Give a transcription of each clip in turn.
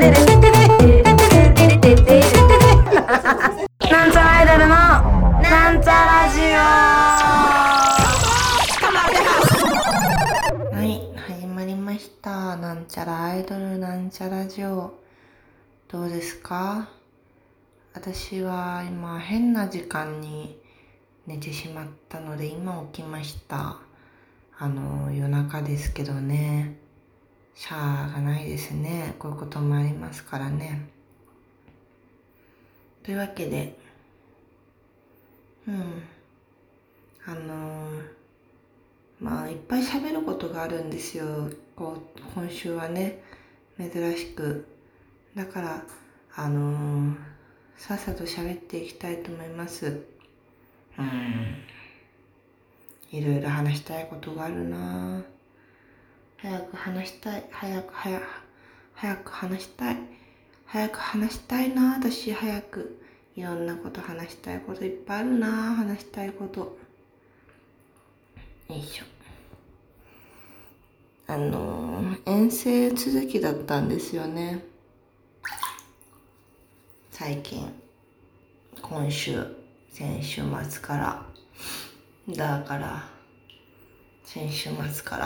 なんちゃらアイドルのなんちゃラジオ。はい、始まりました。なんちゃらアイドルなんちゃラジオ。どうですか？私は今変な時間に寝てしまったので今起きました。夜中ですけどね、しゃーがないですね。こういうこともありますからね。というわけで、いっぱい喋ることがあるんですよ。今週はね、珍しく。だから、さっさと喋っていきたいと思います。いろいろ話したいことがあるな。早く話したい。早く話したい。早く話したいな。私、早く。いろんなこと話したいこといっぱいあるな。話したいこと。よいしょ。遠征続きだったんですよね。最近。先週末から。だから、先週末から、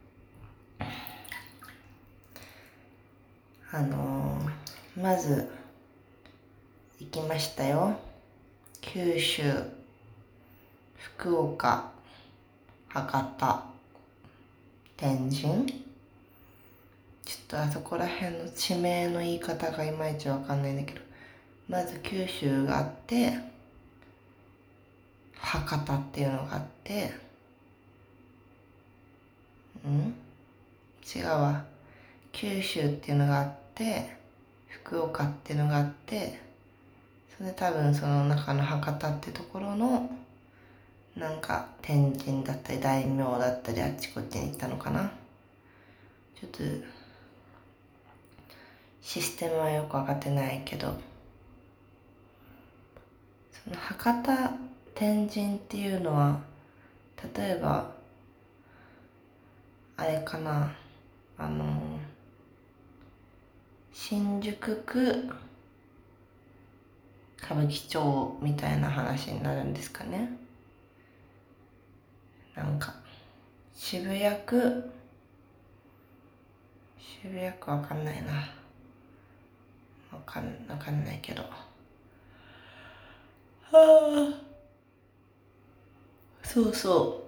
まず、行きましたよ。九州、福岡、博多、天神。ちょっとあそこら辺の地名の言い方がいまいちわかんないんだけど、まず九州があって、博多っていうのがあって、違うわ。九州っていうのがあって、福岡っていうのがあって、それ多分その中の博多ってところの、なんか天神だったり大名だったりあっちこっちに行ったのかな。ちょっと、システムはよくわかってないけど、その博多天神っていうのは、例えば、あれかな、新宿区歌舞伎町みたいな話になるんですかね。なんか渋谷区わかんないな。わかんないけど。そうそう。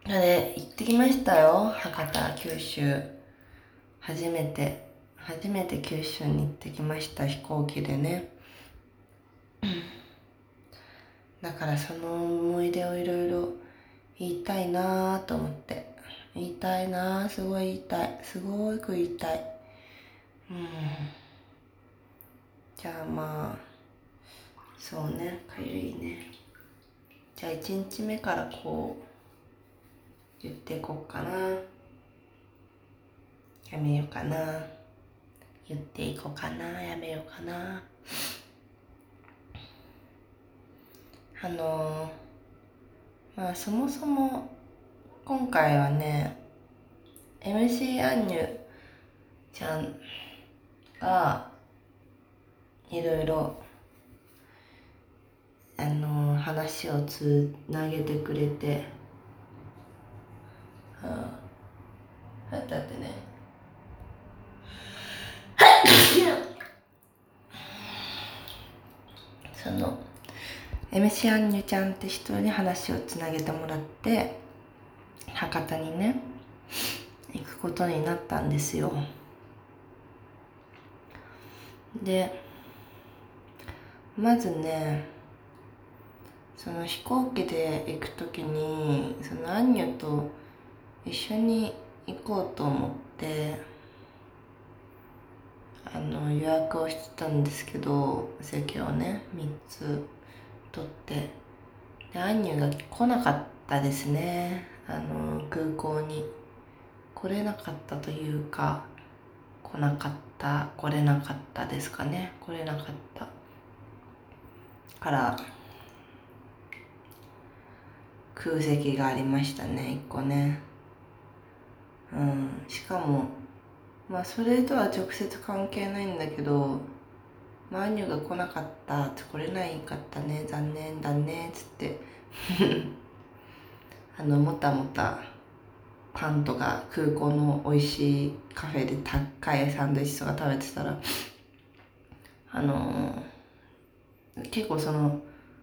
で、行ってきましたよ。博多、九州。初めて九州に行ってきました。飛行機でね。だからその思い出をいろいろ言いたいなと思って。言いたいな、すごい言いたい。すごく言いたい。じゃあまあ、そうね、かゆいね。じゃあ1日目からこう、言っていこうかな。やめようかな。言っていこうかな。やめようかな。そもそも、今回はね、MC アンニュちゃんが、いろいろ、話をつなげてくれて、だってね、その、MC アンニュちゃんって人に話をつなげてもらって、博多にね、行くことになったんですよ。で、まずね、その飛行機で行くときに、そのアンニュと一緒に行こうと思って、予約をしてたんですけど、席をね、3つ取って、で、アンニュが来なかったですね。空港に。来れなかったというか、来れなかったですかね。来れなかった。から、 空席がありましたね、1個ね。しかもそれとは直接関係ないんだけど、アンニュが来なかった来れないかったね、残念だねつってもたもたパンとか空港の美味しいカフェで高いサンドイッチとか食べてたら結構その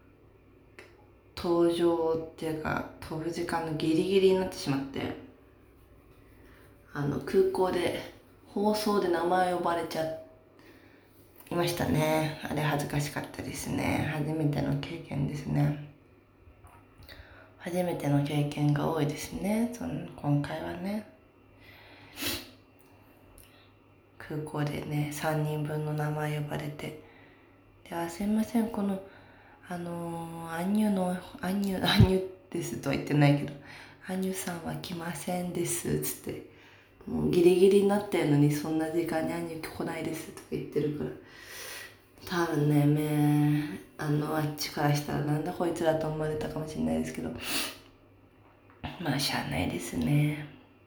搭乗っていうか飛ぶ時間のギリギリになってしまって、空港で放送で名前呼ばれちゃいましたね。あれ恥ずかしかったですね。初めての経験ですね。初めての経験が多いですね、今回はね。空港でね3人分の名前呼ばれて、ですいません、このアンニュですとは言ってないけど、アンニュさんは来ませんですつって、もうギリギリになってるのにそんな時間にアンニュ来ないですとか言ってるから、多分ねあっちからしたらなんだこいつらと思われたかもしれないですけど、しゃあないですね。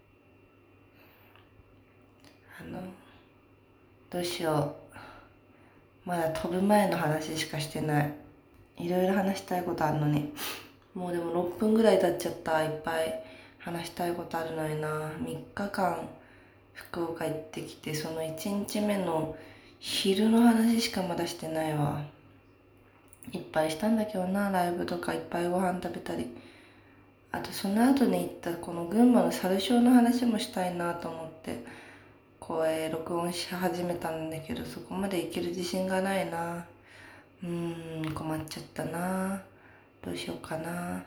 どうしよう、まだ飛ぶ前の話しかしてない。いろいろ話したいことあるのに、もうでも6分ぐらい経っちゃった。いっぱい話したいことあるのにな。3日間福岡行ってきて、その1日目の昼の話しかまだしてないわ。いっぱいしたんだけどな、ライブとかいっぱいご飯食べたり、あとその後に行ったこの群馬の猿ショーの話もしたいなと思って声録音し始めたんだけど、そこまでいける自信がないな。困っちゃったな。どうしようかな。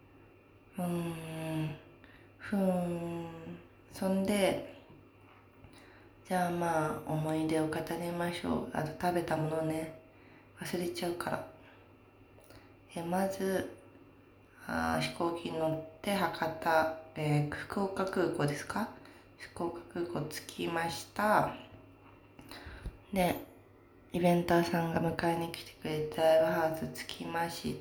そんで、じゃあ思い出を語りましょう。あと食べたものね、忘れちゃうから。まず飛行機に乗って博多、福岡空港ですか、福岡空港着きました。でイベンターさんが迎えに来てくれてライブハウス着きました。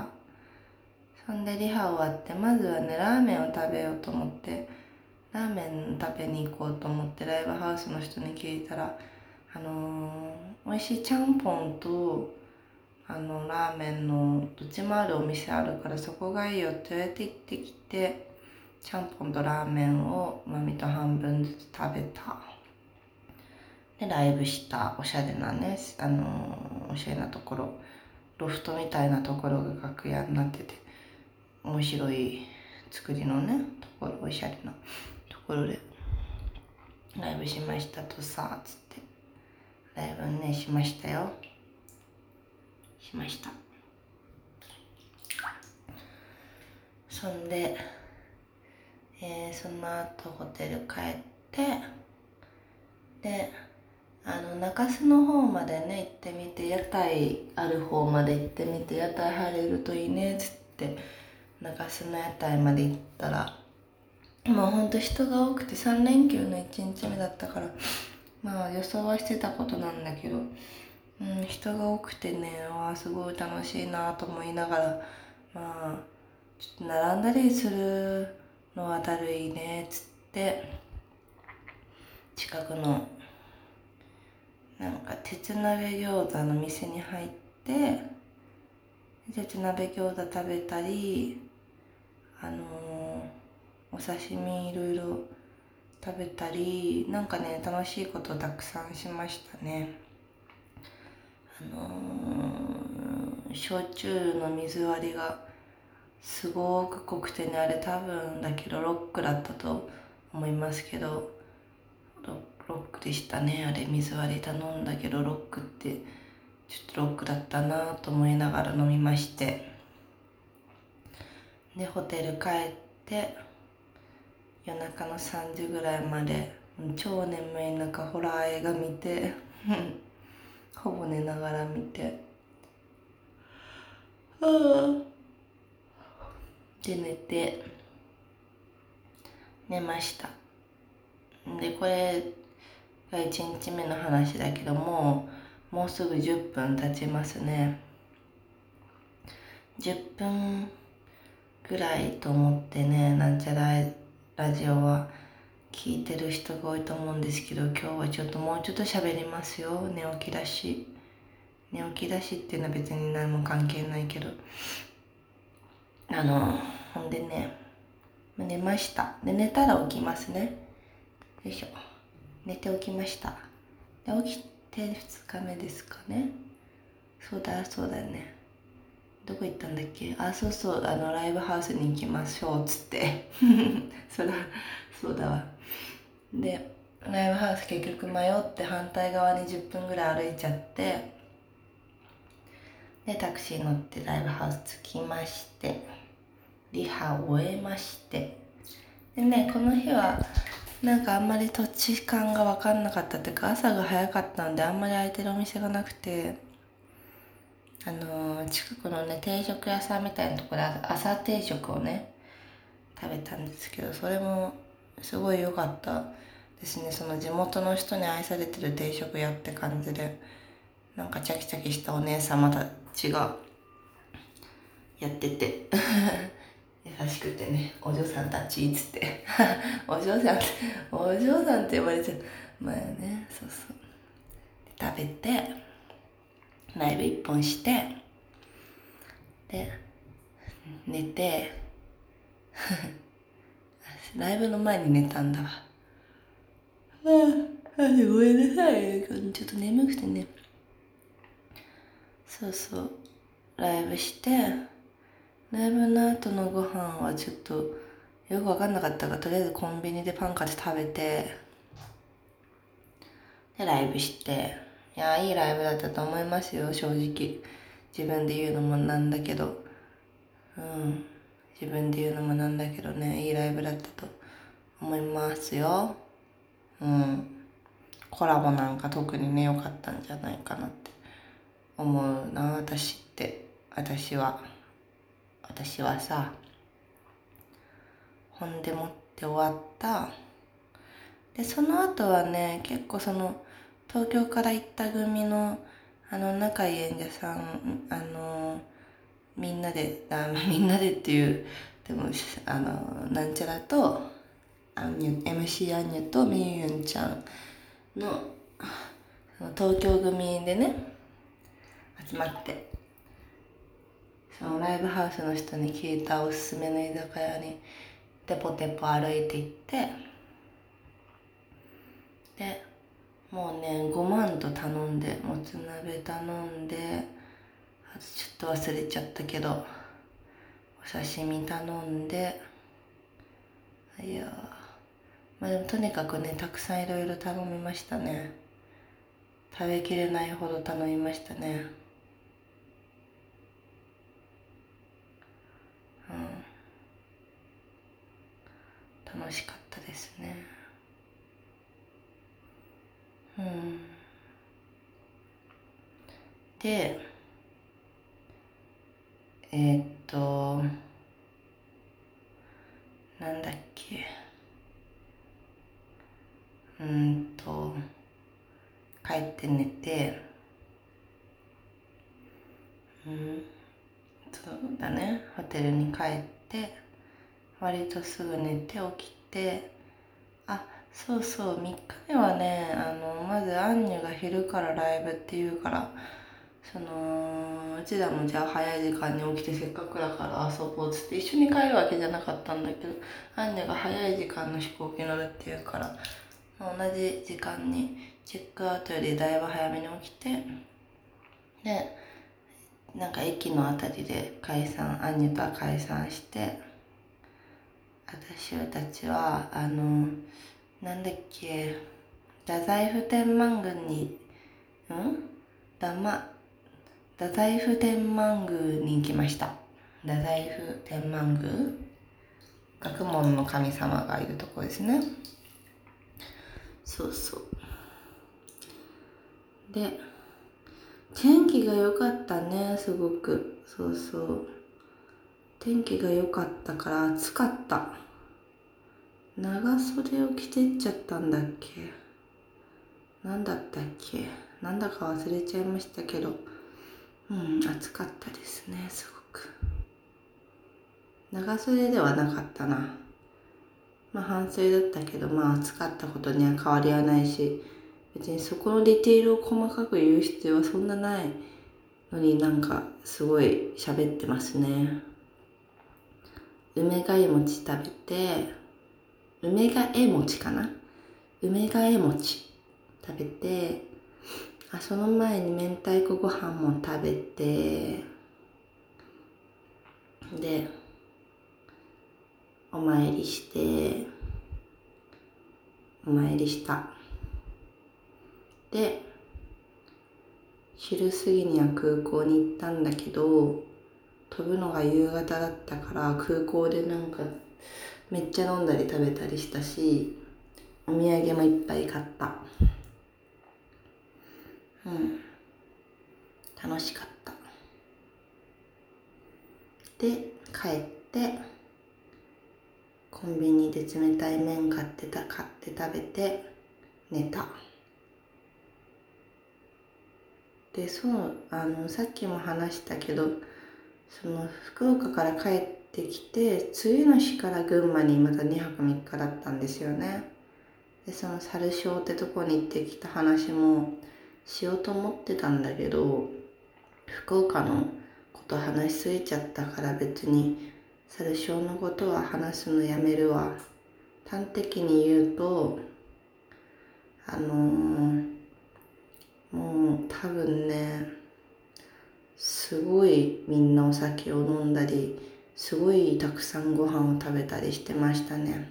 そんでリハ終わって、まずはねラーメンを食べようと思って、ラーメン食べに行こうと思ってライブハウスの人に聞いたら、美味しいちゃんぽんとラーメンのどっちもあるお店あるからそこがいいよって言われて行ってきて、ちゃんぽんとラーメンをマミと半分ずつ食べた。でライブした。おしゃれなねおしゃれなところ、ロフトみたいなところが楽屋になってて面白い作りのねところ、おしゃれなところでライブしましたとさつって、ライブねしましたよ。しました。そんで、その後ホテル帰って、で中洲の方までね行ってみて、屋台ある方まで行ってみて、屋台入れるといいねっつって中洲の屋台まで行ったら、もうほんと人が多くて、3連休の1日目だったから予想はしてたことなんだけど、人が多くてね、すごい楽しいなと思いながら、ちょっと並んだりするのはだるいねっつって近くのなんか鉄鍋餃子の店に入って、鉄鍋餃子食べたり、お刺身いろいろ食べたり、なんかね楽しいことたくさんしましたね。焼酎の水割りがすごく濃くてね、あれ多分だけどロックだったと思いますけど、ロックでしたね。あれ水割り頼んだけどロックってちょっとロックだったなと思いながら飲みまして、でホテル帰って夜中の3時ぐらいまで超眠い中ホラー映画見てほぼ寝ながら見て、で寝ました。でこれが1日目の話だけどもうすぐ10分経ちますね。10分ぐぐらいと思ってね、なんちゃらラジオは聞いてる人が多いと思うんですけど、今日はちょっともうちょっと喋りますよ。寝起きだしっていうのは別に何も関係ないけど、ほんでね、寝ました。で、寝たら起きますね。よいしょ。寝て起きました。で、起きて2日目ですかね。そうだね。どこ行ったんだっけ。そう、ライブハウスに行きましょうっつってそうだわ。で、ライブハウス結局迷って反対側に10分ぐらい歩いちゃって、でタクシー乗ってライブハウス着きまして、リハを終えまして、でね、この日はなんかあんまり土地感が分かんなかったっていうか、朝が早かったんであんまり空いてるお店がなくて、近くのね定食屋さんみたいなところで朝定食をね食べたんですけど、それもすごい良かったですね。その地元の人に愛されてる定食屋って感じで、なんかチャキチャキしたお姉様たちがやってて優しくてね、お嬢さんたちっつってお嬢さんって呼ばれちゃう。まあね、そう食べてライブ一本して、で寝てライブの前に寝たんだわ。ごめんなさい、ちょっと眠くてね。そうライブして、ライブの後のご飯はちょっとよく分かんなかったから、とりあえずコンビニでパン買って食べて、でライブして、いやいいライブだったと思いますよ、正直。自分で言うのもなんだけど、自分で言うのもなんだけどね、いいライブだったと思いますよ。コラボなんか特にね良かったんじゃないかなって思うな。私はさ。ほんでもって終わった。でその後はね、結構その東京から行った組の仲いい演者さん、みんなでっていう、でもなんちゃらとMC アンニュとみゆゆんちゃんの東京組でね集まって、そのライブハウスの人に聞いたおすすめの居酒屋にテポテポ歩いて行って、でもうね5万と頼んで、もつ鍋頼んで、あとちょっと忘れちゃったけどお刺身頼んで、いやまあでもとにかくねたくさんいろいろ頼みましたね。食べきれないほど頼みましたね。楽しかったですね。でなんだっけ、帰って寝て、そうだね、ホテルに帰って割とすぐ寝て起きて、3日目はね、まずアンニュが昼からライブっていうから、うちらもじゃあ早い時間に起きてせっかくだから遊ぼうっつって一緒に帰るわけじゃなかったんだけど、アンニュが早い時間の飛行機乗るっていうから、同じ時間にチェックアウトよりだいぶ早めに起きて、でなんか駅のあたりでアンニュとは解散して、私たちはなんだっけ、太宰府天満宮に太宰府天満宮に行きました。太宰府天満宮、学問の神様がいるところですね。で天気が良かったね、すごく。天気が良かったから暑かった。長袖を着てっちゃったんだっけ、なんだったっけ、なんだか忘れちゃいましたけど、暑かったですね、すごく。 長袖ではなかったな。半袖だったけど、暑かったことには変わりはないし、別にそこのディテールを細かく言う必要はそんなないのに、すごい喋ってますね。梅がえ餅食べて、梅がえ餅かな、梅がえ餅食べて、その前に明太子ご飯も食べて、でお参りしたで、昼過ぎには空港に行ったんだけど、飛ぶのが夕方だったから空港でめっちゃ飲んだり食べたりしたし、お土産もいっぱい買った。楽しかった。で、帰ってコンビニで冷たい麺買って食べて寝た。で、さっきも話したけど、福岡から帰ってきて、次の日から群馬にまた2泊3日だったんですよね。で、猿小ってとこに行ってきた話もしようと思ってたんだけど、福岡のこと話しすぎちゃったから別に猿小のことは話すのやめるわ。端的に言うと、もう多分ね、すごいみんなお酒を飲んだり、すごいたくさんご飯を食べたりしてましたね。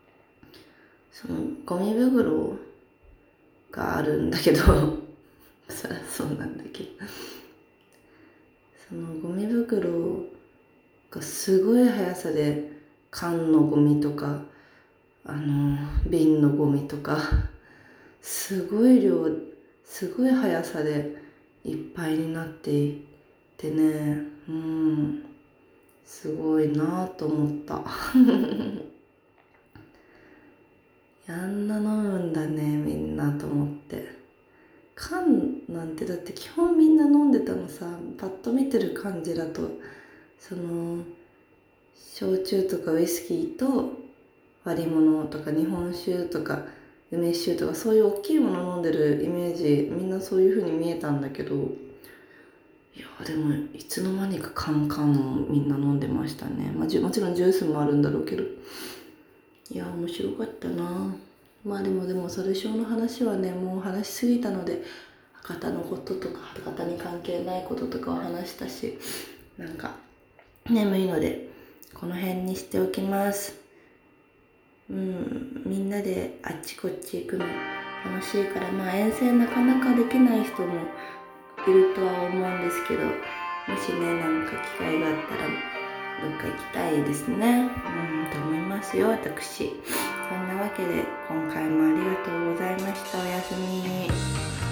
ゴミ袋があるんだけどそりゃそうなんだけど、ゴミ袋がすごい速さで缶のゴミとか瓶のゴミとかすごい量、すごい速さでいっぱいになっていってね、すごいなぁと思ったあんな飲むんだねみんなと思って。缶なんてだって基本みんな飲んでたのさ、パッと見てる感じだと焼酎とかウイスキーと割り物とか日本酒とか梅酒とかそういう大きいもの飲んでるイメージ、みんなそういう風に見えたんだけど、いやでもいつの間にかカンカンみんな飲んでましたね。もちろんジュースもあるんだろうけど、いや面白かったな。でも猿小の話はね、もう話しすぎたので、博多のこととか博多に関係ないこととかを話したし、眠いのでこの辺にしておきます。みんなであっちこっち行くの楽しいから、遠征なかなかできない人もいるとは思うんですけど、もしね機会があったらどっか行きたいですね。と思いますよ、私。そんなわけで今回もありがとうございました。おやすみ。